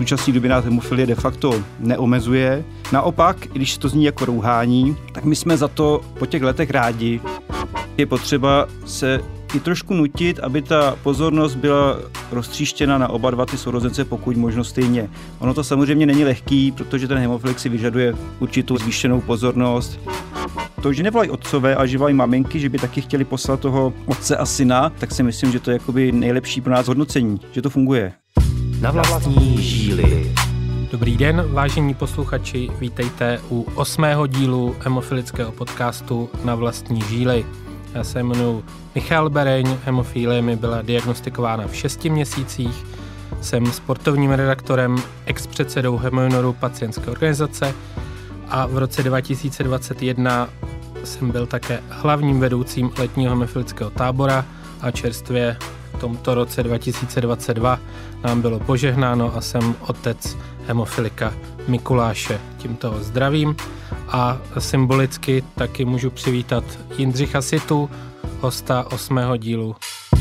současné době nás hemofilie de facto neomezuje. Naopak, když to zní jako rouhání, tak my jsme za to po těch letech rádi. Je potřeba se i trošku nutit, aby ta pozornost byla roztříštěna na oba dva ty sourozence, pokud možno stejně. Ono to samozřejmě není lehký, protože ten hemofilik si vyžaduje určitou zvýšenou pozornost. To, že nevolají otcové, ale že volají maminky, že by taky chtěli poslat toho otce a syna, tak si myslím, že to je jakoby nejlepší pro nás hodnocení, že to funguje. Na vlastní žíly. Dobrý den, vážení posluchači, vítejte u 8. dílu hemofilického podcastu Na vlastní žíly. Já se jmenuji Michal Bereň, hemofilie mi byla diagnostikována v 6 měsících, jsem sportovním redaktorem, ex-předsedou Hemojunioru pacientské organizace a v roce 2021 jsem byl také hlavním vedoucím letního hemofilického tábora a čerstvě v tomto roce 2022 nám bylo požehnáno a jsem otec hemofilika Mikuláše. Tímto ho zdravím a symbolicky taky můžu přivítat Jindřicha Situ, hosta 8. dílu.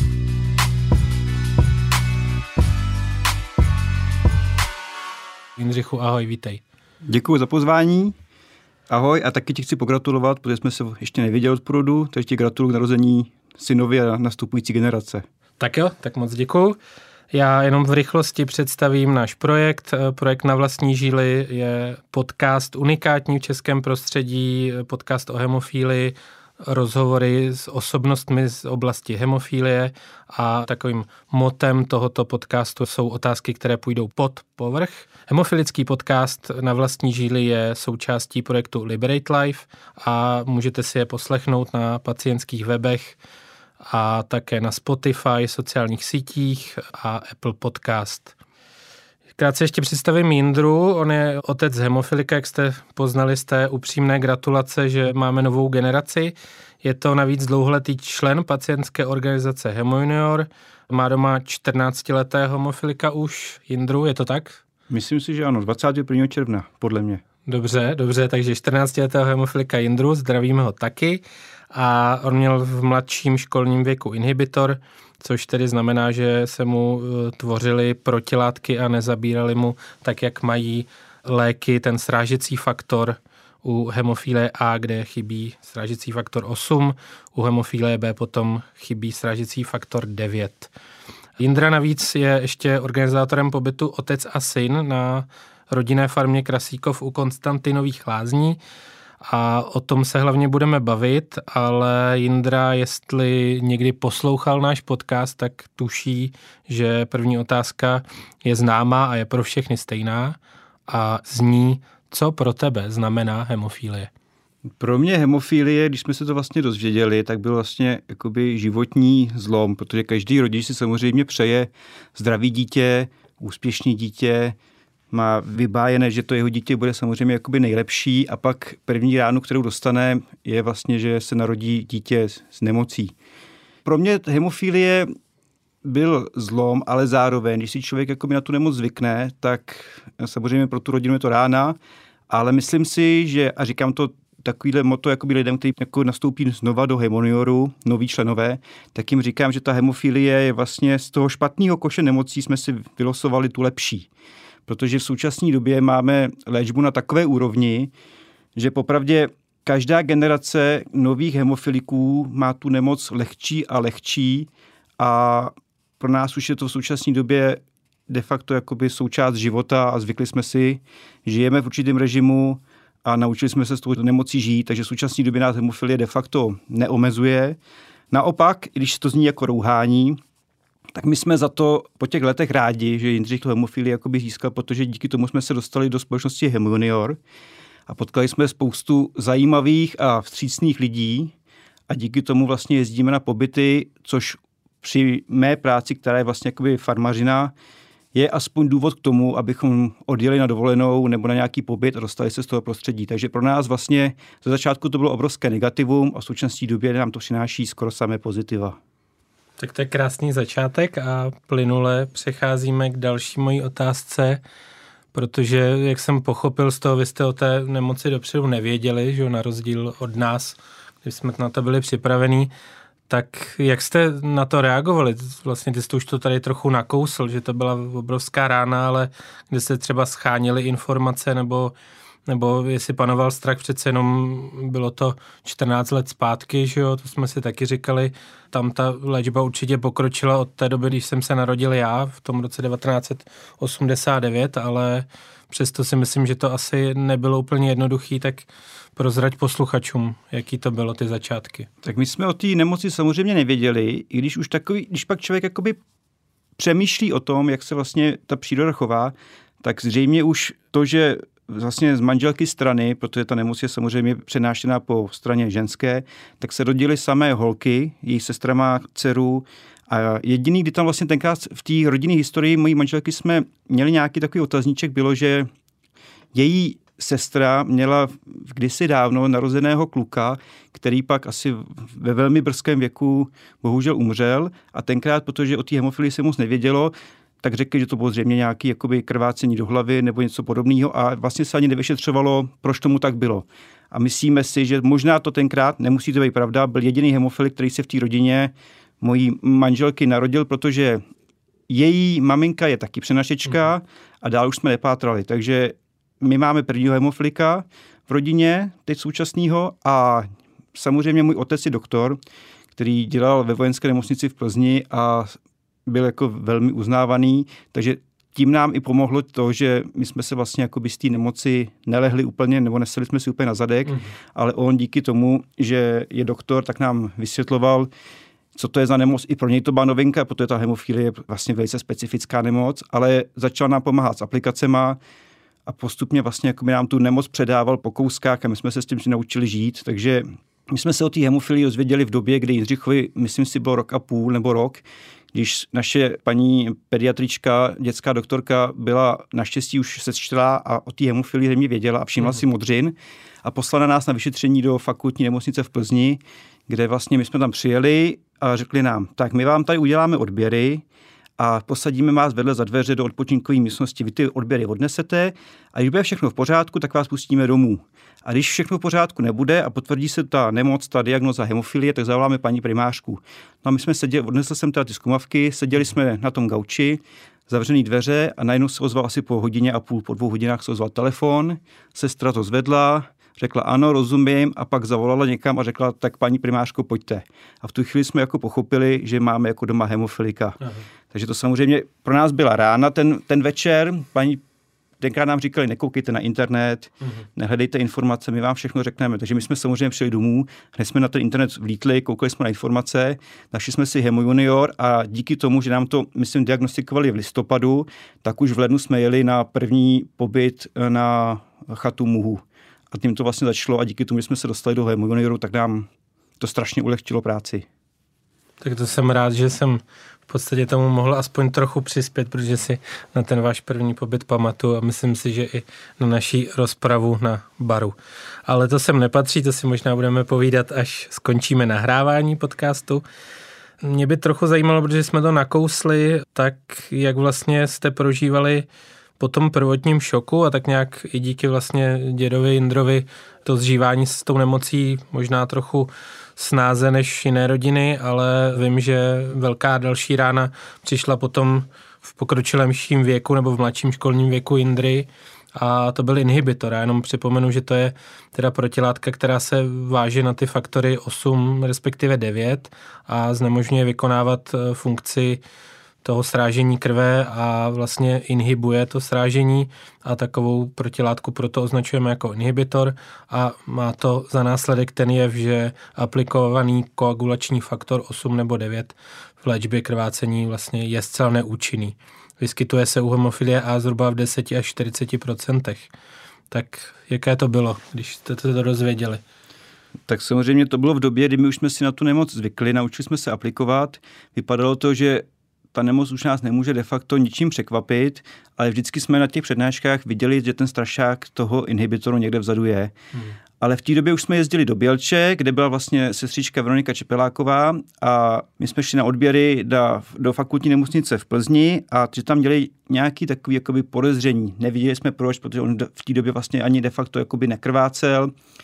Jindřichu, ahoj, vítej. Děkuji za pozvání. Ahoj a taky ti chci pogratulovat, protože jsme se ještě neviděli od porodu, takže ti gratuluju k narození synovi a nastupující generace. Tak jo, tak moc děkuju. Já jenom v rychlosti představím náš projekt. Projekt Na vlastní žíly je podcast unikátní v českém prostředí, podcast o hemofílii, rozhovory s osobnostmi z oblasti hemofilie a takovým motem tohoto podcastu jsou otázky, které půjdou pod povrch. Hemofilický podcast Na vlastní žíly je součástí projektu Liberate Life a můžete si je poslechnout na pacientských webech a také na Spotify, sociálních sítích a Apple Podcast. Krátce ještě představím Jindru, on je otec hemofilika, jak jste poznali z té upřímné gratulace, že máme novou generaci. Je to navíc dlouholetý člen pacientské organizace Hemojunior, má doma 14letého hemofilika už. Jindru, je to tak? Myslím si, že ano, 21. června, podle mě. Dobře, takže 14letého hemofilika Jindru, zdravíme ho taky. A on měl v mladším školním věku inhibitor, což tedy znamená, že se mu tvořily protilátky a nezabírali mu tak, jak mají léky, ten srážecí faktor u hemofilie A, kde chybí srážecí faktor 8, u hemofilie B potom chybí srážecí faktor 9. Jindra navíc je ještě organizátorem pobytu Otec a syn na rodinné farmě Krasíkov u Konstantinových Lázní. A o tom se hlavně budeme bavit, ale Jindra, jestli někdy poslouchal náš podcast, tak tuší, že první otázka je známá a je pro všechny stejná a zní, co pro tebe znamená hemofilie? Pro mě hemofilie, když jsme se to vlastně dozvěděli, tak byl vlastně jakoby životní zlom, protože každý rodič si samozřejmě přeje zdravý dítě, úspěšný dítě, má vybájené, že to jeho dítě bude samozřejmě jakoby nejlepší a pak první ránu, kterou dostane, je vlastně, že se narodí dítě s nemocí. Pro mě hemofilie byl zlom, ale zároveň, když si člověk jakoby na tu nemoc zvykne, tak samozřejmě pro tu rodinu je to rána, ale myslím si, že, a říkám to takovýhle motto jakoby lidem, kteří jako nastoupí znova do Hemojunioru, noví členové, tak jim říkám, že ta hemofilie je vlastně z toho špatného koše nemocí jsme si vylosovali tu lepší. Protože v současné době máme léčbu na takové úrovni, že popravdě každá generace nových hemofiliků má tu nemoc lehčí a lehčí a pro nás už je to v současné době de facto jakoby součást života a zvykli jsme si, žijeme v určitém režimu a naučili jsme se s tou nemocí žít, takže v současné době nás hemofilie de facto neomezuje. Naopak, když to zní jako rouhání, tak my jsme za to po těch letech rádi, že Jindřich tu hemofilii jakoby získal, protože díky tomu jsme se dostali do společnosti Hemojunior a potkali jsme spoustu zajímavých a vstřícných lidí a díky tomu vlastně jezdíme na pobyty, což při mé práci, která je vlastně jakoby farmařina, je aspoň důvod k tomu, abychom odjeli na dovolenou nebo na nějaký pobyt a dostali se z toho prostředí. Takže pro nás vlastně ze začátku to bylo obrovské negativum a v současné době nám to přináší skoro samé pozitiva. Tak to je krásný začátek a plynule přecházíme k další mojí otázce, protože, jak jsem pochopil z toho, vy jste o té nemoci dopředu nevěděli, že na rozdíl od nás, když jsme na to byli připravení, Tak jak jste na to reagovali? Vlastně ty jste už to tady trochu nakousl, že to byla obrovská rána, ale kde se třeba schánily informace nebo jestli panoval strach, přece jenom bylo to 14 let zpátky, že jo, to jsme si taky říkali, tam ta léčba určitě pokročila od té doby, když jsem se narodil já v tom roce 1989, ale přesto si myslím, že to asi nebylo úplně jednoduchý, tak prozrať posluchačům, jaký to bylo ty začátky. Tak my jsme o té nemoci samozřejmě nevěděli, i když pak člověk jakoby přemýšlí o tom, jak se vlastně ta příroda chová, tak zřejmě už to, že vlastně z manželky strany, protože ta nemoc je samozřejmě přenášená po straně ženské, tak se rodily samé holky, její sestra má dceru a jediný, kdy tam vlastně tenkrát v té rodinné historii mojí manželky jsme měli nějaký takový otazníček, bylo, že její sestra měla kdysi dávno narozeného kluka, který pak asi ve velmi brzkém věku bohužel umřel a tenkrát, protože o té hemofilii se moc nevědělo, tak řekli, že to bylo zřejmě nějaké jakoby krvácení do hlavy nebo něco podobného a vlastně se ani nevyšetřovalo, proč tomu tak bylo. A myslíme si, že možná to tenkrát, nemusí to být pravda, byl jediný hemofilik, který se v té rodině mojí manželky narodil, protože její maminka je taky přenašečka a dál už jsme nepátrali. Takže my máme prvního hemofilika v rodině, teď současného, a samozřejmě můj otec je doktor, který dělal ve vojenské nemocnici v Plzni a byl jako velmi uznávaný, takže tím nám i pomohlo to, že my jsme se vlastně jako by z té nemoci nelehli úplně, nebo neseli jsme si úplně na zadek, ale on díky tomu, že je doktor, tak nám vysvětloval, co to je za nemoc. I pro něj to byla novinka, protože ta hemofilie je vlastně velice specifická nemoc, ale začal nám pomáhat s aplikacema a postupně vlastně jako by nám tu nemoc předával po kouskách a my jsme se s tím naučili žít, takže my jsme se o té hemofilii dozvěděli v době, kdy Jindřichovi, myslím si, bylo rok a půl nebo rok, když naše paní pediatrička, dětská doktorka byla naštěstí už sečtělá a o té hemofilii země věděla a všimla si modřin a poslala nás na vyšetření do fakultní nemocnice v Plzni, kde vlastně my jsme tam přijeli a řekli nám, tak my vám tady uděláme odběry a posadíme vás vedle za dveře do odpočinkové místnosti. Vy ty odběry odnesete a když bude všechno v pořádku, tak vás pustíme domů. A když všechno v pořádku nebude a potvrdí se ta nemoc, ta diagnoza hemofilie, tak zavoláme paní primářku. No a my jsme seděli, odnesl jsem teda ty zkumavky, seděli jsme na tom gauči, zavřený dveře a najednou se ozval asi po hodině a půl, po 2 hodinách se ozval telefon, sestra to zvedla, řekla ano, rozumím a pak zavolala někam a řekla, tak paní primářko, pojďte. A v tu chvíli jsme jako pochopili, že máme jako doma hemofilika. Aha. Takže to samozřejmě pro nás byla rána ten večer. Paní tenkrát nám říkali, nekoukejte na internet, nehledejte informace, my vám všechno řekneme. Takže my jsme samozřejmě přijeli domů, hned jsme na ten internet vlítli, koukali jsme na informace, našli jsme si Hemo Junior a díky tomu, že nám to, myslím, diagnostikovali v listopadu, tak už v lednu jsme jeli na první pobyt na chatu Muhu. A tím to vlastně začalo a díky tomu, že jsme se dostali do Hemo Junioru, tak nám to strašně ulehčilo práci. Tak to jsem rád, že jsem v podstatě tomu mohl aspoň trochu přispět, protože si na ten váš první pobyt pamatuju a myslím si, že i na naší rozpravu na baru. Ale to sem nepatří, to si možná budeme povídat, až skončíme nahrávání podcastu. Mě by trochu zajímalo, protože jsme to nakousli, tak jak vlastně jste prožívali po tom prvotním šoku a tak nějak i díky vlastně dědovi Jindrovi to zžívání s tou nemocí možná trochu snáze než jiné rodiny, ale vím, že velká další rána přišla potom v pokročilejším věku nebo v mladším školním věku Jindry a to byl inhibitor. Já jenom připomenu, že to je teda protilátka, která se váže na ty faktory 8, respektive 9 a znemožňuje vykonávat funkci toho srážení krve a vlastně inhibuje to srážení a takovou protilátku proto označujeme jako inhibitor a má to za následek ten jev, že aplikovaný koagulační faktor 8 nebo 9 v léčbě krvácení vlastně je zcela neúčinný. Vyskytuje se u hemofilie A zhruba v 10 až 40%. Tak jaké to bylo, když jste to dozvěděli? Tak samozřejmě to bylo v době, kdy my už jsme si na tu nemoc zvykli, naučili jsme se aplikovat. Vypadalo to, že ta nemoc už nás nemůže de facto ničím překvapit, ale vždycky jsme na těch přednáškách viděli, že ten strašák toho inhibitoru někde vzadu je. Ale v té době už jsme jezdili do Bělče, kde byla vlastně sestřička Veronika Čepeláková a my jsme šli na odběry do fakultní nemocnice v Plzni a že tam měli nějaký takový jakoby podezření. Neviděli jsme proč, protože on v té době vlastně ani de facto jakoby nekrvácel.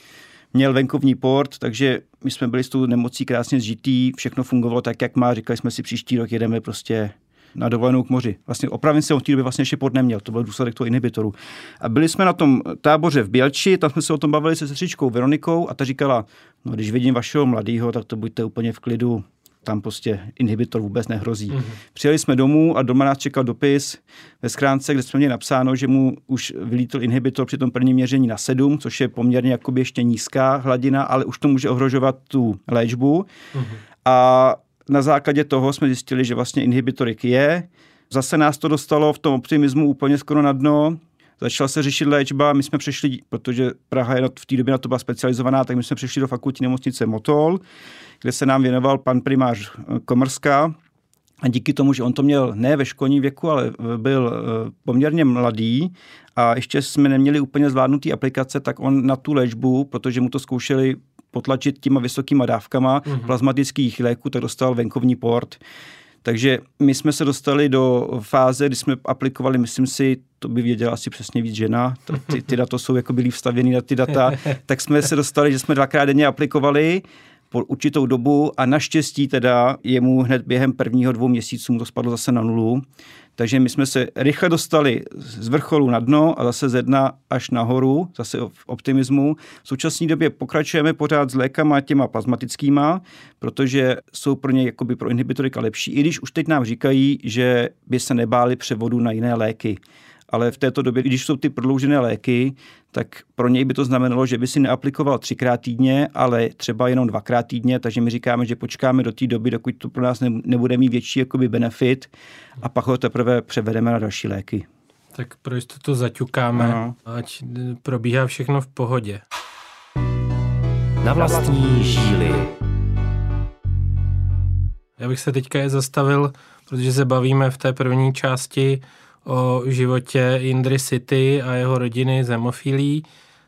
měl venkovní port, takže my jsme byli s tou nemocí krásně zžitý, všechno fungovalo tak, jak má, říkali jsme si příští rok jedeme prostě na dovolenou k moři. Vlastně opravím se, on v té době vlastně ještě port neměl, to byl důsledek toho inhibitoru. A byli jsme na tom táboře v Bělči, tam jsme se o tom bavili se sestřičkou Veronikou a ta říkala, no když vidím vašeho mladýho, tak to buďte úplně v klidu, tam prostě inhibitor vůbec nehrozí. Přijeli jsme domů a doma nás čekal dopis ve schránce, kde jsme měli napsáno, že mu už vylítl inhibitor při tom prvním měření na 7, což je poměrně jakoby ještě nízká hladina, ale už to může ohrožovat tu léčbu. A na základě toho jsme zjistili, že vlastně inhibitorik je. Zase nás to dostalo v tom optimismu úplně skoro na dno. Začala se řešit léčba, my jsme přešli, protože Praha je v té době na to byla specializovaná, tak my jsme přešli do fakultní nemocnice Motol, kde se nám věnoval pan primář Komrská. A díky tomu, že on to měl ne ve školním věku, ale byl poměrně mladý a ještě jsme neměli úplně zvládnutý aplikace, tak on na tu léčbu, protože mu to zkoušeli potlačit těma vysokýma dávkama plazmatických léků, tak dostal venkovní port. Takže my jsme se dostali do fáze, kdy jsme aplikovali, myslím si, to by věděla asi přesně víc žena, ty data jsou jako byly vstavěny na ty data, tak jsme se dostali, že jsme 2krát denně aplikovali po určitou dobu a naštěstí teda jemu hned během prvního 2 měsíců to spadlo zase na 0. Takže my jsme se rychle dostali z vrcholu na dno a zase ze dna až nahoru, zase v optimismu. V současné době pokračujeme pořád s lékama těma plazmatickýma, protože jsou pro ně jakoby pro inhibitorika lepší, i když už teď nám říkají, že by se nebáli převodu na jiné léky. Ale v této době, když jsou ty prodloužené léky, tak pro něj by to znamenalo, že by si neaplikoval 3krát týdně, ale třeba jenom 2krát týdně, takže my říkáme, že počkáme do té doby, dokud to pro nás nebude mít větší jakoby benefit a pak ho teprve převedeme na další léky. Tak pro jistotu zaťukáme, ať probíhá všechno v pohodě. Na vlastní žíly. Já bych se teďka zastavil, protože se bavíme v té první části o životě Jindry City a jeho rodiny z hemofilí.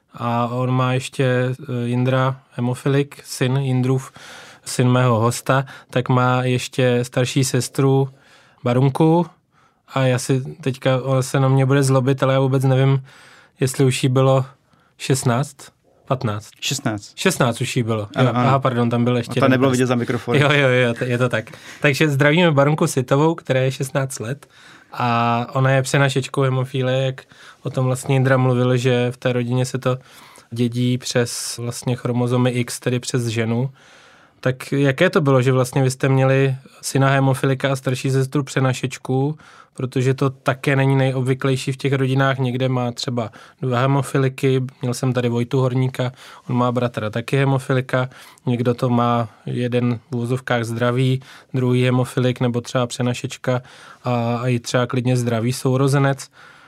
A on má ještě Jindra hemofilik, syn Jindrův, syn mého hosta, tak má ještě starší sestru Barunku. A já si teďka, ona se na mě bude zlobit, ale já vůbec nevím, jestli už jí bylo 16, 15. 16 už jí bylo. Ano, jo, aha, pardon, tam byl ještě. A ta nebylo vidět za mikrofon. Jo, je to tak. Takže zdravíme Barunku Sitovou, která je 16 let. A ona je přenašečkou hemofilie, jak o tom vlastně Jindra mluvil, že v té rodině se to dědí přes vlastně chromozomy X, tedy přes ženu. Tak jaké to bylo, že vlastně vy jste měli syna hemofilika a starší sestru přenašečku, protože to také není nejobvyklejší v těch rodinách. Někde má třeba 2 hemofiliky, měl jsem tady Vojtu Horníka, on má bratra taky hemofilika, někdo to má jeden v uvozovkách zdravý, druhý hemofilik nebo třeba přenašečka a i třeba klidně zdravý sourozenec.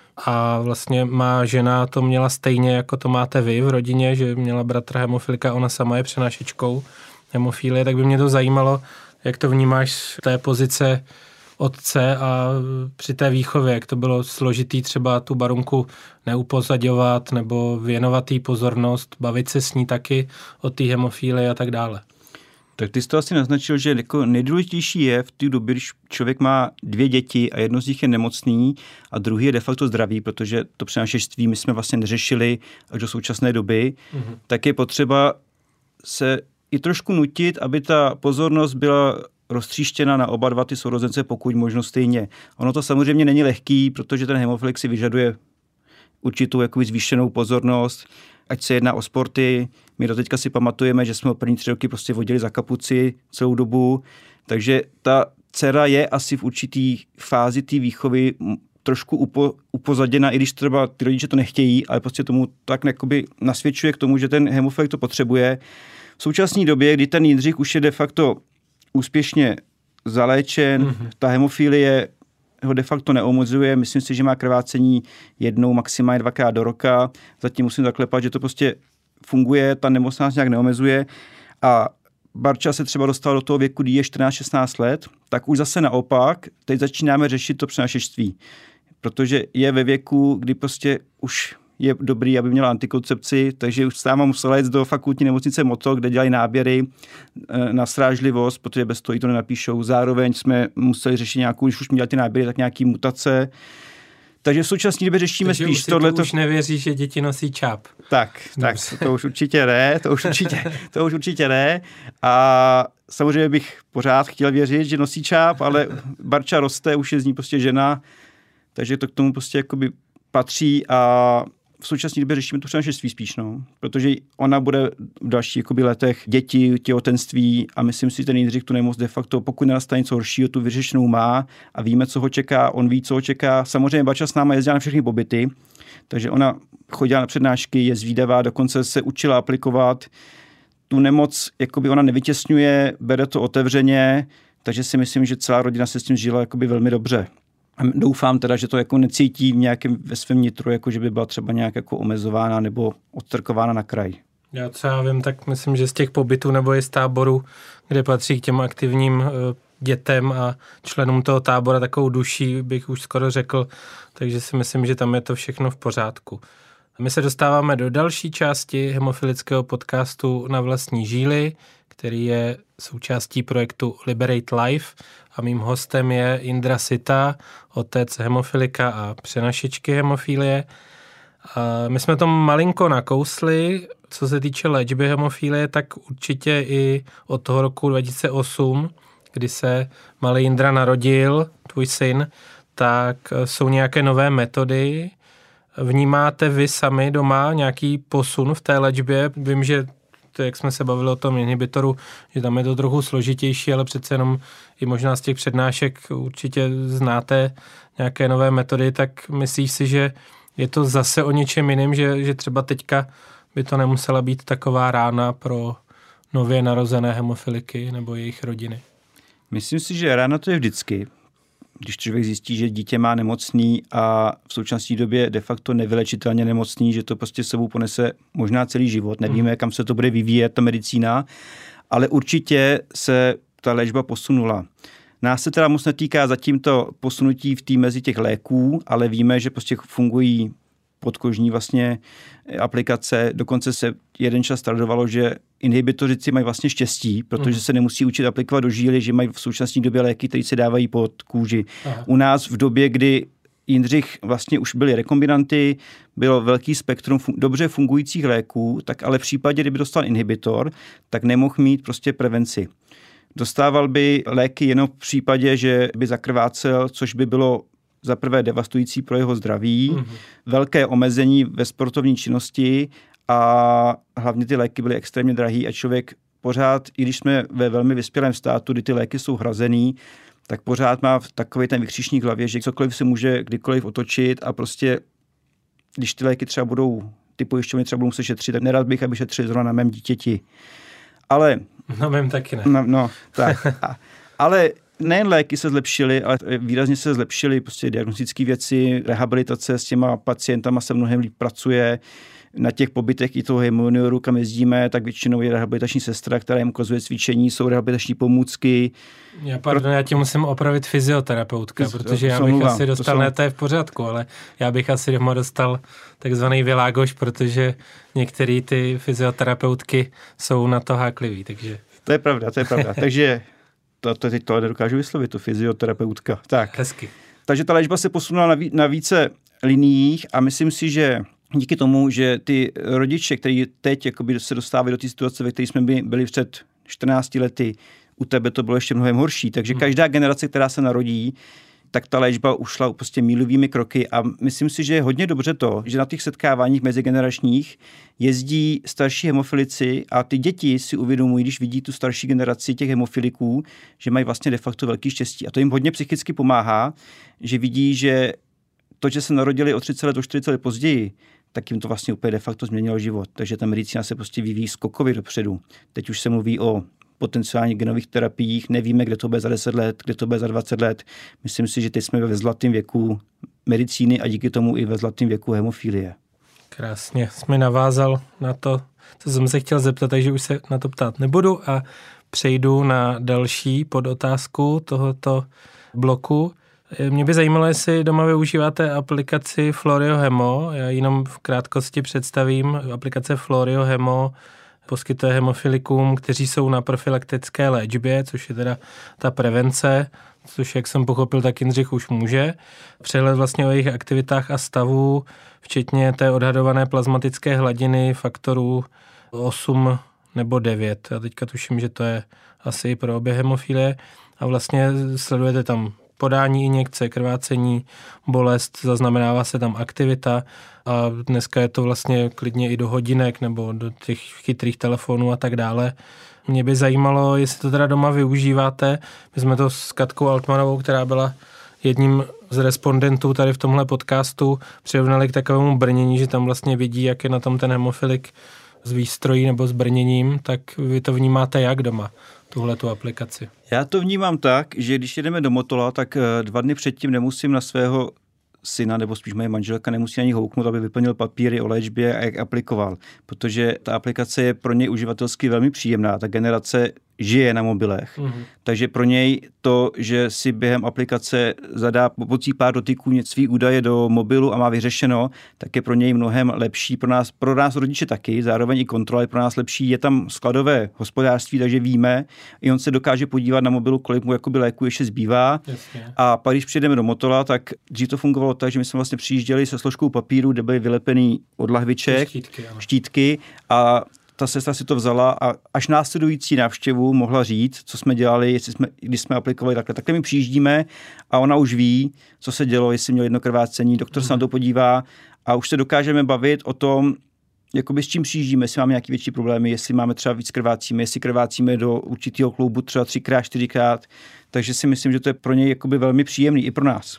A vlastně má žena to měla stejně, jako to máte vy v rodině, že měla bratra hemofilika, ona sama je přenašečkou hemofilie, tak by mě to zajímalo, jak to vnímáš z té pozice otce a při té výchově, jak to bylo složitý třeba tu Barunku neupozaďovat nebo věnovat jí pozornost, bavit se s ní taky o té hemofílii a tak dále. Tak ty jsi to asi naznačil, že jako nejdůležitější je v té době, když člověk má 2 děti a jedno z nich je nemocný a druhý je de facto zdravý, protože to přenášečství my jsme vlastně neřešili až do současné doby, tak je potřeba se i trošku nutit, aby ta pozornost byla roztříštěna na oba dva ty sourozence, pokud možno stejně. Ono to samozřejmě není lehký, protože ten hemofilik si vyžaduje určitou jakoby zvýšenou pozornost, ať se jedná o sporty. My do teďka si pamatujeme, že jsme ho první 3 roky prostě vodili za kapuci celou dobu, takže ta dcera je asi v určitý fázi té výchovy trošku upozaděna, i když třeba ty rodiče to nechtějí, ale prostě tomu tak jakoby nasvědčuje k tomu, že ten hemofilik to potřebuje. V současné době, kdy ten Jindřich už je de facto úspěšně zaléčen, ta hemofilie ho de facto neomozuje, myslím si, že má krvácení 1, maximálně 2krát do roka, zatím musím zaklepat, že to prostě funguje, ta nemoc nás nějak neomezuje a Barča se třeba dostal do toho věku, kdy je 14-16 let, tak už zase naopak, teď začínáme řešit to přenašečství, protože je ve věku, kdy prostě už je dobrý, aby měla antikoncepci, takže už sama musela jít do fakultní nemocnice Motol, kde dělají náběry na srážlivost, protože bez toho jí to nenapíšou. Zároveň jsme museli řešit nějakou, když už měli ty náběry, tak nějaký mutace. Takže v současné době řešíme takže spíš tohleto. Takže už nevěří, že děti nosí čáp. Tak, to už určitě ne, to už určitě ne. A samozřejmě bych pořád chtěl věřit, že nosí čáp, ale Barča roste, už je z ní prostě žena, takže to k tomu prostě jakoby patří a v současné době řešíme to přenašetství spíš, no. Protože ona bude v dalších jakoby letech děti, těhotenství a myslím si, že ten Jindřich tu nemoc de facto, pokud nenastane něco horšího, tu vyřešenou má a víme, co ho čeká, on ví, co ho čeká. Samozřejmě Barča s náma jezdila na všechny pobyty, takže ona chodila na přednášky, je zvídavá, dokonce se učila aplikovat. Tu nemoc jakoby ona nevytěsňuje, bere to otevřeně, takže si myslím, že celá rodina se s tím žila jakoby velmi dobře. A doufám teda, že to jako necítí v nějakém ve svém nitru, jako že by byla třeba nějak jako omezována nebo odstrkována na kraj. Já co já vím, tak myslím, že z těch pobytů nebo i z táboru, kde patří k těm aktivním dětem a členům toho tábora takovou duší, bych už skoro řekl, takže si myslím, že tam je to všechno v pořádku. My se dostáváme do další části hemofilického podcastu Na vlastní žíly, který je součástí projektu Liberate Life a mým hostem je Indra Sita, otec hemofilika a přenašečky hemofilie. A my jsme to malinko nakousli, co se týče léčby hemofilie, tak určitě i od toho roku 2008, kdy se malý Indra narodil, tvůj syn, tak jsou nějaké nové metody. Vnímáte vy sami doma nějaký posun v té léčbě? Vím, že to, jak jsme se bavili o tom inhibitoru, že tam je to trochu složitější, ale přece jenom i možná z těch přednášek určitě znáte nějaké nové metody, tak myslíš si, že je to zase o něčem jiném, že třeba teďka by to nemusela být taková rána pro nově narozené hemofiliky nebo jejich rodiny? Myslím si, že rána to je vždycky. Když člověk zjistí, že dítě má nemocný a v současné době de facto nevylečitelně nemocný, že to prostě sebou ponese možná celý život. Nevíme, kam se to bude vyvíjet, ta medicína, ale určitě se ta léčba posunula. Nás se teda moc netýká zatím to posunutí v té mezi těch léků, ale víme, že prostě fungují podkožní vlastně aplikace. Dokonce se jeden čas tradovalo, že inhibitořici mají vlastně štěstí, protože se nemusí učit aplikovat do žíly, že mají v současné době léky, které se dávají pod kůži. Aha. U nás v době, kdy Jindřich vlastně už byly rekombinanty, bylo velký spektrum dobře fungujících léků, tak ale v případě, kdyby dostal inhibitor, tak nemohl mít prostě prevenci. Dostával by léky jenom v případě, že by zakrvácel, což by bylo za prvé devastující pro jeho zdraví, velké omezení ve sportovní činnosti a hlavně ty léky byly extrémně drahý a člověk pořád, i když jsme ve velmi vyspělém státu, kdy ty léky jsou hrazený, tak pořád má takový ten vykřičník v hlavě, že cokoliv se může kdykoliv otočit a prostě, když ty léky třeba budou, ty pojišťovny třeba budou muset šetřit, tak nerad bych, aby šetřili zrovna na mém dítěti. Ale... Na mém taky ne. No tak. Ale nejen léky se zlepšily, ale výrazně se zlepšily prostě diagnostické věci, rehabilitace s těma pacientama se mnohem líp pracuje. Na těch pobytech i toho hemonioru, kam jezdíme, tak většinou je rehabilitační sestra, která jim ukazuje cvičení, jsou rehabilitační pomůcky. Já ti musím opravit fyzioterapeutka, protože já bych asi dostal, ne, to je v pořádku, ale já bych asi doma dostal takzvaný világoš, protože některé ty fyzioterapeutky jsou na to háklivý, takže... To je pravda. Takže teď to nedokážu vyslovit, to fyzioterapeutka. Tak. Hezky. Takže ta léčba se posunula na více liniích a myslím si, že díky tomu, že ty rodiče, kteří teď jakoby se dostávají do té situace, ve které jsme byli před 14 lety, u tebe to bylo ještě mnohem horší. Takže každá generace, která se narodí, tak ta léčba ušla prostě mílovými kroky a myslím si, že je hodně dobře to, že na těch setkáváních mezigeneračních jezdí starší hemofilici a ty děti si uvědomují, když vidí tu starší generaci těch hemofiliků, že mají vlastně de facto velký štěstí. A to jim hodně psychicky pomáhá, že vidí, že to, že se narodili o 30 let, o 40 let později, tak jim to vlastně úplně de facto změnilo život. Takže ta medicína se prostě vyvíjí skokově dopředu. Teď už se mluví o potenciálních genových terapiích, nevíme, kde to bude za 10 let, kde to bude za 20 let. Myslím si, že teď jsme ve zlatém věku medicíny a díky tomu i ve zlatém věku hemofilie. Krásně, jsi mi navázal na to, co jsem se chtěl zeptat, takže už se na to ptát nebudu a přejdu na další podotázku tohoto bloku. Mě by zajímalo, jestli doma využíváte aplikaci Florio Hemo. Já jenom v krátkosti představím. Aplikace Florio Hemo poskytuje hemofilikům, kteří jsou na profilaktické léčbě, což je teda ta prevence. což jak jsem pochopil, tak Jindřich už může. Přehled vlastně o jejich aktivitách a stavu, včetně té odhadované plazmatické hladiny faktorů 8 nebo 9. A teďka tuším, že to je asi i pro obě hemofilie. A vlastně sledujete tam podání injekce, krvácení, bolest, zaznamenává se tam aktivita a dneska je to vlastně klidně i do hodinek nebo do těch chytrých telefonů a tak dále. Mě by zajímalo, jestli to teda doma využíváte. My jsme to s Katkou Altmanovou, která byla jedním z respondentů tady v tomhle podcastu, přirovnali k takovému brnění, že tam vlastně vidí, jak je na tom ten hemofilik s výstrojí nebo s brněním, tak vy to vnímáte jak doma, tuhletu aplikaci? Já to vnímám tak, že když jedeme do Motola, tak 2 dny předtím nemusím na svého syna, nebo spíš moje manželka nemusí ani houknout, aby vyplnil papíry o léčbě a jak aplikoval, protože ta aplikace je pro něj uživatelsky velmi příjemná. Ta generace žije na mobilech. Takže pro něj to, že si během aplikace zadá pomocí pár dotyků svý údaje do mobilu a má vyřešeno, tak je pro něj mnohem lepší. Pro nás rodiče taky, zároveň i kontrola je pro nás lepší. Je tam skladové hospodářství, takže víme, i on se dokáže podívat na mobilu, kolik mu jakoby léku ještě zbývá. Jasně. A pak, když přijedeme do Motola, tak dřív to fungovalo tak, že my jsme vlastně přijížděli se složkou papíru, kde byly vylepený od lahviček, štítky a ta sestra si to vzala a až následující návštěvu mohla říct, co jsme dělali, když jsme aplikovali takhle. Takhle my přijíždíme a ona už ví, co se dělo, jestli měl jedno krvácení, doktor se na to podívá a už se dokážeme bavit o tom, jakoby s čím přijíždíme, jestli máme nějaké větší problémy, jestli máme třeba víc krvácíme, jestli krvácíme do určitého kloubu třeba 3x, 4x. Takže si myslím, že to je pro něj jakoby velmi příjemný i pro nás.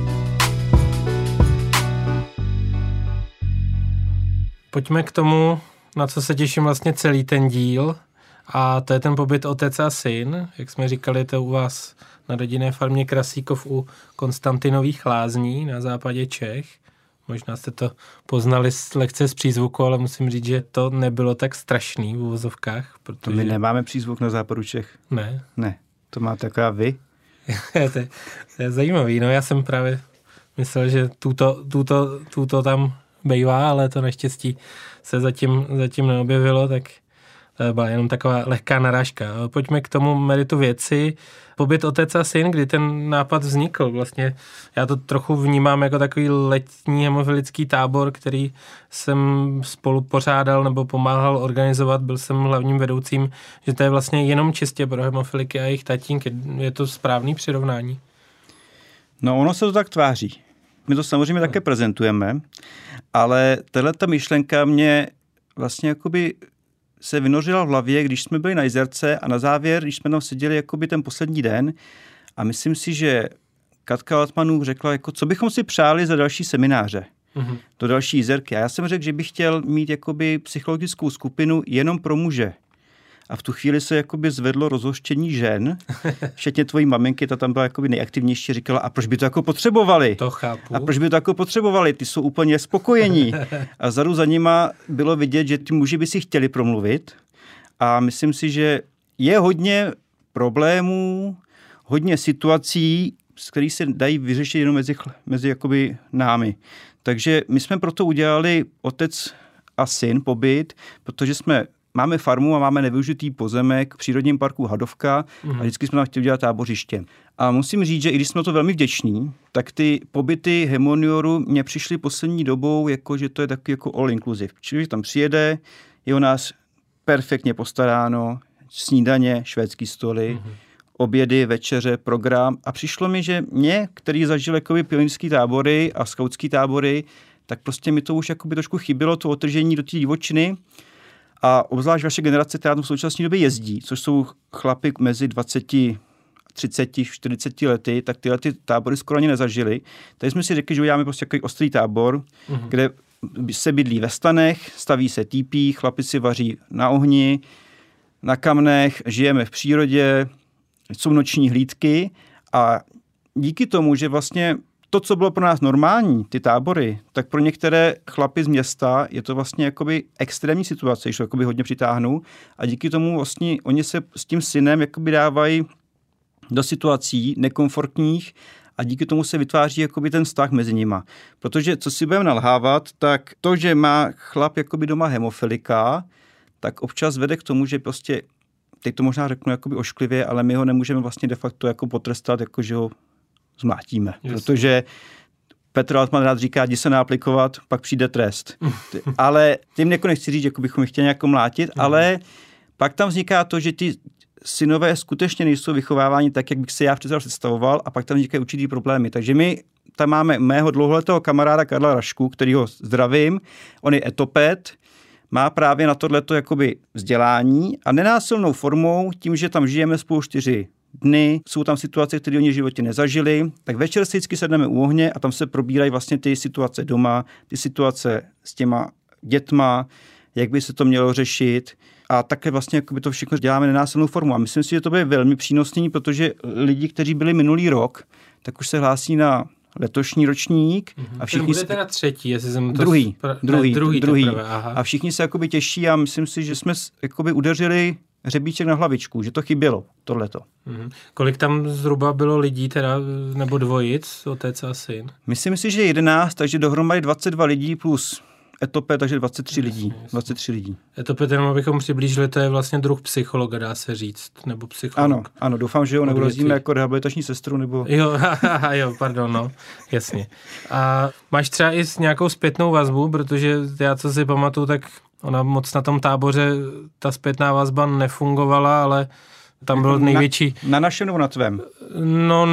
Pojďme k tomu, na co se těším vlastně celý ten díl, a to je ten pobyt otec a syn. Jak jsme říkali, to u vás na rodinné farmě Krasíkov u Konstantinových Lázní na západě Čech. Možná jste to poznali lehce z přízvuku, ale musím říct, že to nebylo tak strašný v uvozovkách. Protože... My nemáme přízvuk na západu Čech. Ne. Ne, to máte taková vy. to je zajímavý, no já jsem právě myslel, že tuto tam bejvá, ale to naštěstí se zatím neobjevilo, tak to byla jenom taková lehká narážka. Pojďme k tomu meritu věci. Pobyt otec a syn, kdy ten nápad vznikl. Vlastně já to trochu vnímám jako takový letní hemofilický tábor, který jsem spolu pořádal nebo pomáhal organizovat. Byl jsem hlavním vedoucím, že to je vlastně jenom čistě pro hemofiliky a jejich tatínky. Je to správný přirovnání? No ono se to tak tváří. My to samozřejmě také prezentujeme, ale tato myšlenka mě vlastně jakoby se vynořila v hlavě, když jsme byli na Jizerce a na závěr, když jsme tam seděli jakoby ten poslední den a myslím si, že Katka Altmanů řekla, jako, co bychom si přáli za další semináře do další Jizerky. A já jsem řekl, že bych chtěl mít jakoby psychologickou skupinu jenom pro muže. A v tu chvíli se jakoby zvedlo rozhořčení žen, včetně tvojí maminky, ta tam byla jakoby nejaktivnější, říkala, a proč by to jako potřebovali? To chápu. A proč by to jako potřebovali? Ty jsou úplně spokojení. A vzadu za nima bylo vidět, že ty muži by si chtěli promluvit. A myslím si, že je hodně problémů, hodně situací, z kterých se dají vyřešit jenom mezi jakoby námi. Takže my jsme proto udělali otec a syn pobyt, protože máme farmu a máme nevyužitý pozemek v přírodním parku Hadovka a vždycky jsme tam chtěli udělat tábořiště. A musím říct, že i když jsme to velmi vděční, tak ty pobyty Hemonioru mě přišly poslední dobou, jako, že to je takový jako all inclusive. Čili tam přijede, je o nás perfektně postaráno, snídaně, švédský stoly, obědy, večeře, program. A přišlo mi, že mě, který zažil jakoby pionýrský tábory a skautský tábory, tak prostě mi to už jakoby trošku chybělo, to otržení do té divočiny. A obzvlášť vaše generace, která v současné době jezdí, což jsou chlapi mezi 20, 30, 40 lety, tak tyhle ty tábory skoro ani nezažili. Tady jsme si řekli, že uděláme prostě takový ostrý tábor, kde se bydlí ve stanech, staví se týpí, chlapi si vaří na ohni, na kamnech, žijeme v přírodě, jsou noční hlídky a díky tomu, že vlastně to, co bylo pro nás normální, ty tábory, tak pro některé chlapy z města je to vlastně jakoby extrémní situace, když to jakoby hodně přitáhnou a díky tomu vlastně oni se s tím synem jakoby dávají do situací nekomfortních a díky tomu se vytváří jakoby ten vztah mezi nima. Protože, co si budeme nalhávat, tak to, že má chlap jakoby doma hemofilika, tak občas vede k tomu, že prostě teď to možná řeknu jakoby ošklivě, ale my ho nemůžeme vlastně de facto jako potrestat, jako že ho zmlátíme. Yes. Protože Petr Altman rád říká, jdi se naaplikovat, pak přijde trest. Ale tím jako nechci říct, jako bychom chtěli nějak mlátit, ale pak tam vzniká to, že ty synové skutečně nejsou vychováváni tak, jak bych si já představoval, a pak tam vznikají určitý problémy. Takže my tam máme mého dlouholetého kamaráda Karla Rašku, kterýho zdravím, on je etoped, má právě na tohleto jakoby vzdělání a nenásilnou formou, tím, že tam žijeme spolu 4 dny, jsou tam situace, které oni v životě nezažili, tak večer si vždycky sedneme u ohně a tam se probírají vlastně ty situace doma, ty situace s těma dětma, jak by se to mělo řešit. A také vlastně jakoby to všechno děláme nenásilnou formu. A myslím si, že to bude velmi přínosný, protože lidi, kteří byli minulý rok, tak už se hlásí na letošní ročník. A všichni bude teda třetí, jestli jsem to... Druhý. A všichni se jakoby těší a myslím si, že jsme jakoby udeřili hřebíček na hlavičku, že to chybělo, tohleto. Kolik tam zhruba bylo lidí teda, nebo dvojic, otec a syn? Myslím si, že 11, takže dohromady 22 lidí plus etoped, takže 23 lidí. Etoped, jenom abychom přiblížili, to je vlastně druh psychologa, dá se říct, nebo psycholog. Ano, doufám, že ho neurozíme jako rehabilitační sestru, nebo... Jo, pardon, no, jasně. A máš třeba i nějakou zpětnou vazbu, protože já, co si pamatuju, tak ona moc na tom táboře, ta zpětná vazba nefungovala, ale tam byl největší... Na našem nebo na tvém? No,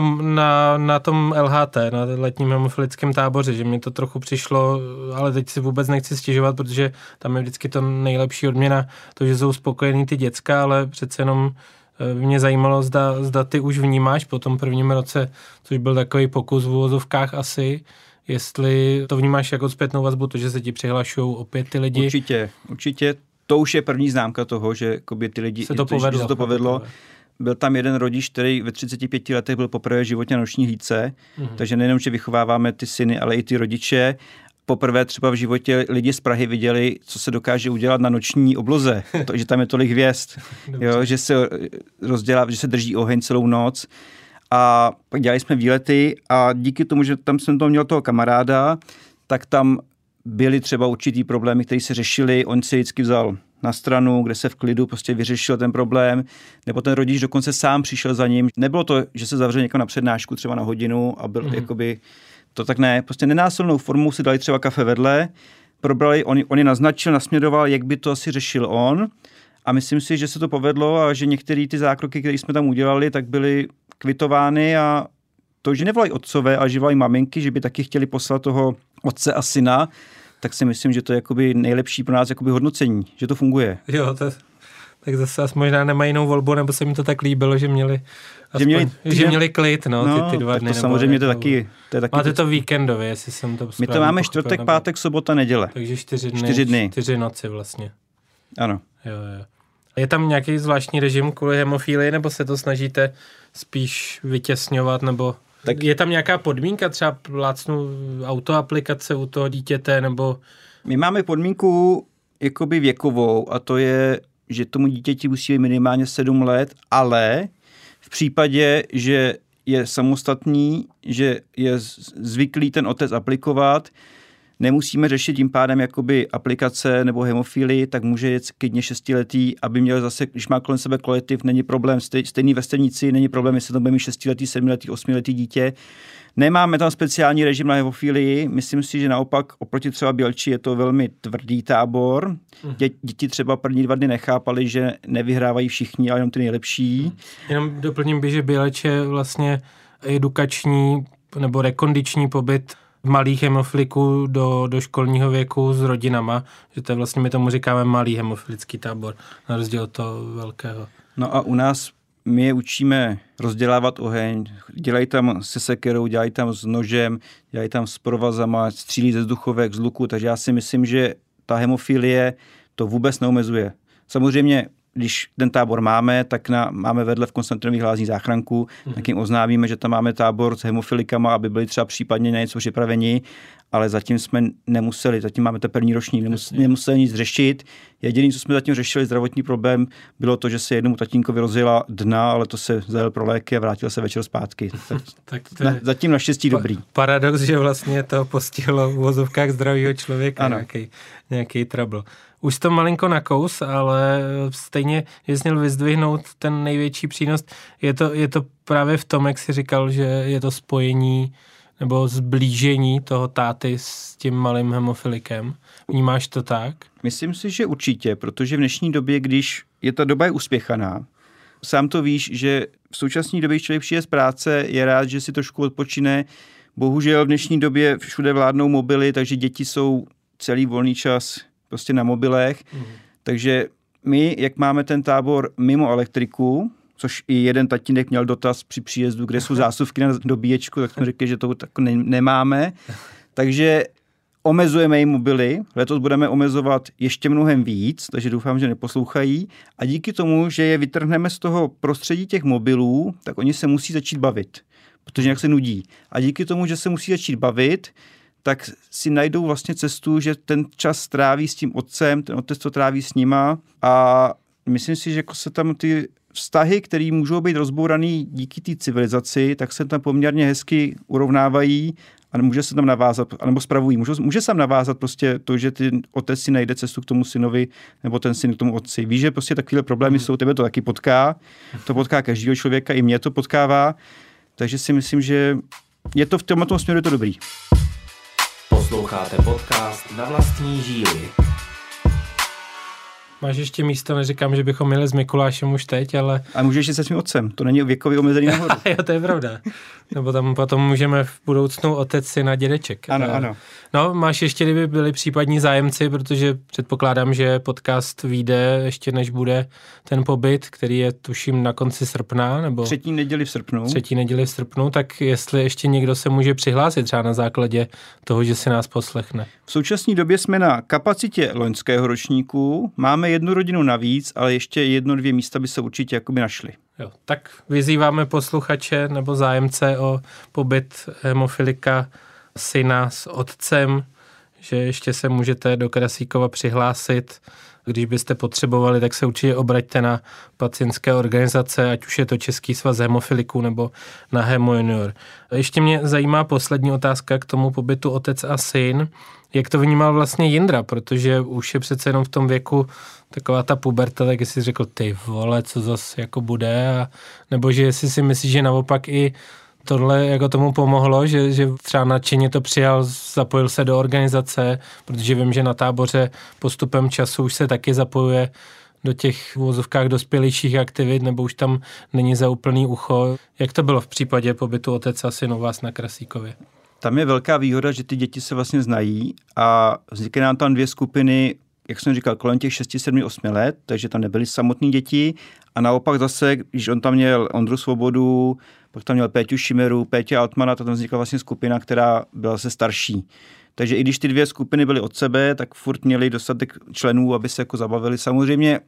na tom LHT, na letním hemofilickém táboře, že mě to trochu přišlo, ale teď si vůbec nechci stěžovat, protože tam je vždycky to nejlepší odměna, to, že jsou spokojený ty děcka, ale přece jenom mě zajímalo, zda ty už vnímáš po tom prvním roce, což byl takový pokus v uvozovkách asi, jestli to vnímáš jako zpětnou vazbu, to, že se ti přihlašují opět ty lidi. Určitě. To už je první známka toho, že ty lidi se to povedlo. Byl tam jeden rodič, který ve 35 letech byl poprvé v životě na noční hlídce, takže nejenom, že vychováváme ty syny, ale i ty rodiče. Poprvé třeba v životě lidi z Prahy viděli, co se dokáže udělat na noční obloze, že tam je tolik hvězd, jo, že se rozdělá, že se drží oheň celou noc. A pak dělali jsme výlety a díky tomu, že tam jsem měl toho kamaráda, tak tam byly třeba určitý problémy, které se řešily, on se vždycky vzal na stranu, kde se v klidu prostě vyřešil ten problém, nebo ten rodič dokonce sám přišel za ním. Nebylo to, že se zavřel někam na přednášku třeba na hodinu a byl jakoby, to tak ne, prostě nenásilnou formou si dali třeba kafe vedle, probrali, on je naznačil, nasměroval, jak by to asi řešil on a myslím si, že se to povedlo a že některé ty zákroky, které jsme tam udělali, tak byly kvitovány a to, že nevolají otcové, ale že volají maminky, že by taky chtěli poslat toho otce a syna, tak si myslím, že to je jakoby nejlepší pro nás jakoby hodnocení, že to funguje. Jo, tak zase možná nemají jinou volbu, nebo se mi to tak líbilo, že měli klid, ty 2 dny. To samozřejmě to je taky... Máte to víkendově, jestli jsem to správně My to máme čtvrtek, pátek, sobota, neděle. Takže 4 dny. 4 noci vlastně. Ano. Jo. Je tam nějaký zvláštní režim kvůli hemofílii, nebo se to snažíte spíš vytěsňovat, nebo... Tak je tam nějaká podmínka, třeba plácnu autoaplikace u toho dítěte, nebo... My máme podmínku jakoby věkovou a to je, že tomu dítěti musí být minimálně 7 let, ale v případě, že je samostatný, že je zvyklý ten otec aplikovat, nemusíme řešit tím pádem jakoby aplikace nebo hemofílii, tak může jet klidně 6letý, aby měl zase, když má kolem sebe kolektiv, není problém, stejný vrstevníci, není problém, jestli to bude mít 6letý, 7letý, 8letý dítě. Nemáme tam speciální režim na hemofílii, myslím si, že naopak oproti třeba Bělči je to velmi tvrdý tábor. Děti třeba první 2 dny nechápali, že nevyhrávají všichni, ale jenom ty nejlepší. Jenom doplním by, že Běleč je vlastně edukační nebo rekondiční pobyt malých hemofiliků do školního věku s rodinama, že to je vlastně, my tomu říkáme malý hemofilický tábor, na rozdíl od toho velkého. No a u nás my je učíme rozdělávat oheň, dělají tam se sekerou, dělají tam s nožem, dělají tam s provazama, střílí ze vzduchovek, z luku, takže já si myslím, že ta hemofilie to vůbec neomezuje. Samozřejmě, když ten tábor máme, tak máme vedle v Konstantinových Lázních záchranku, tak jim oznámíme, že tam máme tábor s hemofilikama, aby byli třeba případně na něco připraveni, ale zatím jsme nemuseli, zatím máme ten první ročník, nemuseli nic řešit. Jediné, co jsme zatím řešili, zdravotní problém, bylo to, že se jednomu tatínkovi rozjela dna, ale to se zajel pro léky a vrátil se večer zpátky. Zatím naštěstí dobrý. Paradox, že vlastně to postihlo v uvozovkách zdravýho člověka, nějaký trouble. Už to malinko nakous, ale stejně jsi měl vyzdvihnout ten největší přínos. Je to právě v tom, jak jsi říkal, že je to spojení nebo zblížení toho táty s tím malým hemofilikem. Vnímáš to tak? Myslím si, že určitě, protože v dnešní době, když je ta doba uspěchaná, sám to víš, že v současné době, když člověk přijde z práce, je rád, že si trošku odpočine. Bohužel v dnešní době všude vládnou mobily, takže děti jsou celý volný čas prostě na mobilech. Takže my, jak máme ten tábor mimo elektriku, což i jeden tatínek měl dotaz při příjezdu, kde jsou zásuvky na dobíječku, tak jsme řekli, že to tak nemáme. Takže omezujeme jim mobily, letos budeme omezovat ještě mnohem víc, takže doufám, že neposlouchají. A díky tomu, že je vytrhneme z toho prostředí těch mobilů, tak oni se musí začít bavit, protože nějak se nudí. A díky tomu, že se musí začít bavit, tak si najdou vlastně cestu, že ten čas tráví s tím otcem, ten otec to tráví s nima a myslím si, že jako se tam ty vztahy, které můžou být rozbouraný díky té civilizaci, tak se tam poměrně hezky urovnávají a může se tam navázat, anebo spravují. Může se tam navázat prostě to, že ten otec si najde cestu k tomu synovi, nebo ten syn k tomu otci. Víš, že prostě takovéhle problémy jsou, tebe to taky potká, to potká každého člověka, i mě to potkává, takže si myslím, že je to v tomto směru je to dobrý. Posloucháte podcast Na vlastní žíly. Máš ještě místo, neříkám, že bychom měli s Mikulášem už teď, ale... A můžeš jít se svým otcem, to není věkově omezený nahoru. Jo, to je pravda. Nebo tam potom můžeme v budoucnu otec syna dědeček. Ano. No, máš ještě, kdyby byli případní zájemci, protože předpokládám, že podcast vyjde ještě než bude ten pobyt, který je tuším na konci srpna, nebo... Třetí neděli v srpnu, tak jestli ještě někdo se může přihlásit třeba na základě toho, že si nás poslechne. V současné době jsme na kapacitě loňského ročníku, máme jednu rodinu navíc, ale ještě 1-2 místa by se určitě jakoby našly. Jo, tak vyzýváme posluchače nebo zájemce o pobyt hemofilika syna s otcem, že ještě se můžete do Krasíkova přihlásit. Když byste potřebovali, tak se určitě obraťte na pacientské organizace, ať už je to Český svaz hemofiliků nebo na Hemo Junior. Ještě mě zajímá poslední otázka k tomu pobytu otec a syn. Jak to vnímal vlastně Jindra, protože už je přece jenom v tom věku taková ta puberta, tak jsi řekl, ty vole, co zase jako bude, nebo že jestli si myslíš, že naopak i tohle jako tomu pomohlo, že třeba nadšeně to přijal, zapojil se do organizace, protože vím, že na táboře postupem času už se taky zapojuje do těch v uvozovkách dospělejších aktivit, nebo už tam není za úplný ucho. Jak to bylo v případě pobytu otec a syn u vás na Krasíkově? Tam je velká výhoda, že ty děti se vlastně znají a vznikají nám tam 2 skupiny, jak jsem říkal, kolem těch 6, 7, 8 let, takže tam nebyly samotné děti a naopak zase, když on tam měl Ondru Svobodu, pak tam měl Péťu Šimeru, Pétě Altmana, tak tam vznikla vlastně skupina, která byla zase starší. Takže i když ty 2 skupiny byly od sebe, tak furt měli dostatek členů, aby se jako zabavili. Samozřejmě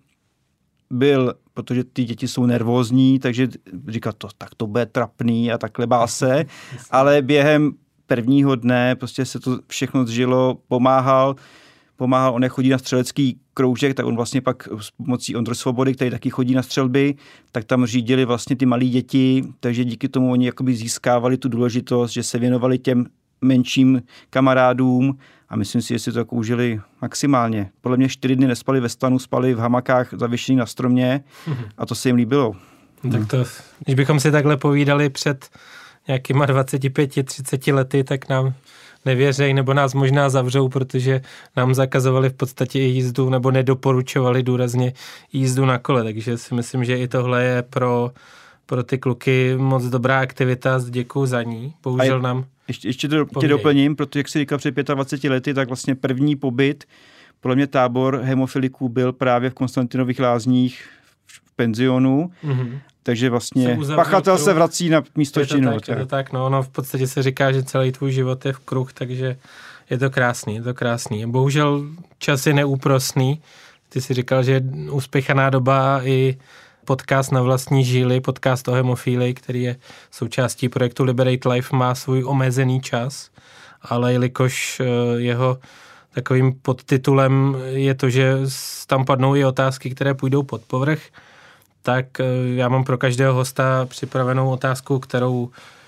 protože ty děti jsou nervózní, takže říká to, tak to bude trapný a takhle bál se, ale během prvního dne prostě se to všechno zžilo, pomáhal, on chodí na střelecký kroužek, tak on vlastně pak s pomocí Ondry Svobody, který taky chodí na střelby, tak tam řídili vlastně ty malí děti, takže díky tomu oni jakoby získávali tu důležitost, že se věnovali těm menším kamarádům a myslím si, že si to jako užili maximálně. Podle mě 4 dny nespali ve stanu, spali v hamakách zavěšený na stromě a to se jim líbilo. Tak to, když bychom si takhle povídali před nějakýma 25-30 lety, tak nám nevěřejí nebo nás možná zavřou, protože nám zakazovali v podstatě i jízdu nebo nedoporučovali důrazně jízdu na kole, takže si myslím, že i tohle je pro ty kluky moc dobrá aktivita, děkuju za ní. Bohužel nám... Ještě tě doplním, protože jak jsi říkal před 25 lety, tak vlastně první pobyt, podle mě tábor hemofiliků byl právě v Konstantinových Lázních v penzionu, takže vlastně pachatel se vrací na místo činu. Je to tak, no, v podstatě se říká, že celý tvůj život je v kruh, takže je to krásný. Bohužel čas je neúprosný. Ty jsi říkal, že je uspěchaná doba i podcast Na vlastní žíly, podcast o hemofílii, který je součástí projektu Liberate Life, má svůj omezený čas, ale jelikož jeho takovým podtitulem je to, že tam padnou i otázky, které půjdou pod povrch, tak já mám pro každého hosta připravenou otázku, kterou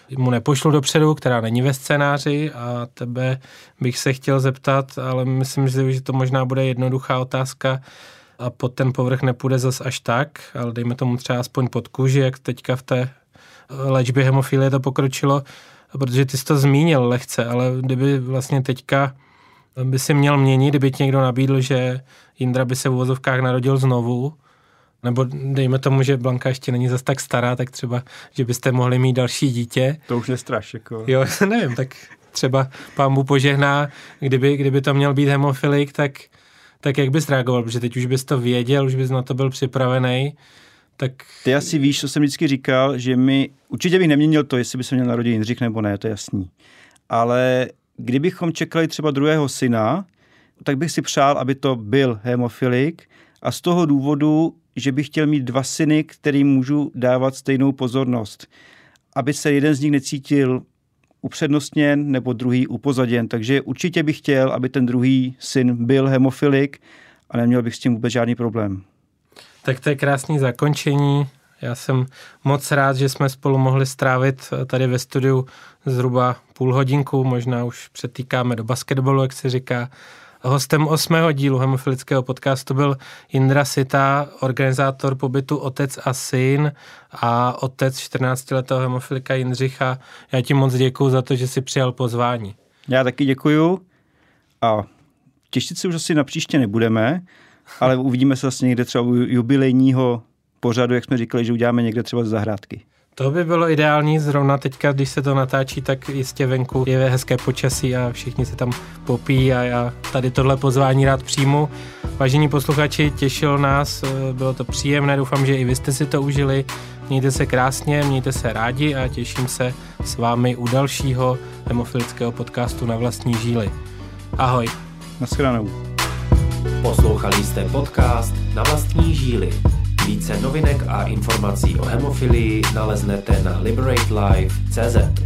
mu nepošlu dopředu, která není ve scénáři, a tebe bych se chtěl zeptat, ale myslím, že to možná bude jednoduchá otázka a pod ten povrch nepůjde zas až tak, ale dejme tomu třeba aspoň pod kůži, jak teďka v té léčbě hemofilie to pokročilo, protože ty jsi to zmínil lehce, ale kdyby vlastně teďka by si měl měnit, kdyby ti někdo nabídl, že Jindra by se v uvozovkách narodil znovu, nebo dejme tomu, že Blanka ještě není zas tak stará, tak třeba, že byste mohli mít další dítě. To už nestraš, jako. Jo, nevím, tak třeba pán Bůh požehná, kdyby to měl být hemofilik, tak jak bys reagoval, protože teď už bys to věděl, už bys na to byl připravený, tak... Ty asi víš, co jsem vždycky říkal, že určitě bych neměnil to, jestli by se měl narodit Jindřich nebo ne, to je jasný. Ale kdybychom čekali třeba druhého syna, tak bych si přál, aby to byl hemofilik, a z toho důvodu, že bych chtěl mít 2 syny, kterým můžu dávat stejnou pozornost. Aby se jeden z nich necítil upřednostněn nebo druhý upozaděn. Takže určitě bych chtěl, aby ten druhý syn byl hemofilik a neměl bych s tím vůbec žádný problém. Tak to je krásný zakončení. Já jsem moc rád, že jsme spolu mohli strávit tady ve studiu zhruba půl hodinku, možná už přetýkáme do basketbalu, jak se říká. Hostem 8. dílu hemofilického podcastu byl Jindra Sita, organizátor pobytu Otec a syn a otec 14letého hemofilika Jindřicha. Já ti moc děkuju za to, že jsi přijal pozvání. Já taky děkuju a těšit se už asi na příště nebudeme, ale uvidíme se vlastně někde třeba u jubilejního pořadu, jak jsme říkali, že uděláme někde třeba z zahrádky. To by bylo ideální, zrovna teďka, když se to natáčí, tak jistě venku je hezké počasí a všichni se tam popíjí a já tady tohle pozvání rád přijmu. Vážení posluchači, těšilo nás, bylo to příjemné, doufám, že i vy jste si to užili. Mějte se krásně, mějte se rádi a těším se s vámi u dalšího hemofilického podcastu Na vlastní žíli. Ahoj. Naschledanou. Poslouchali jste podcast Na vlastní žíli. Více novinek a informací o hemofilii naleznete na liberatelife.cz.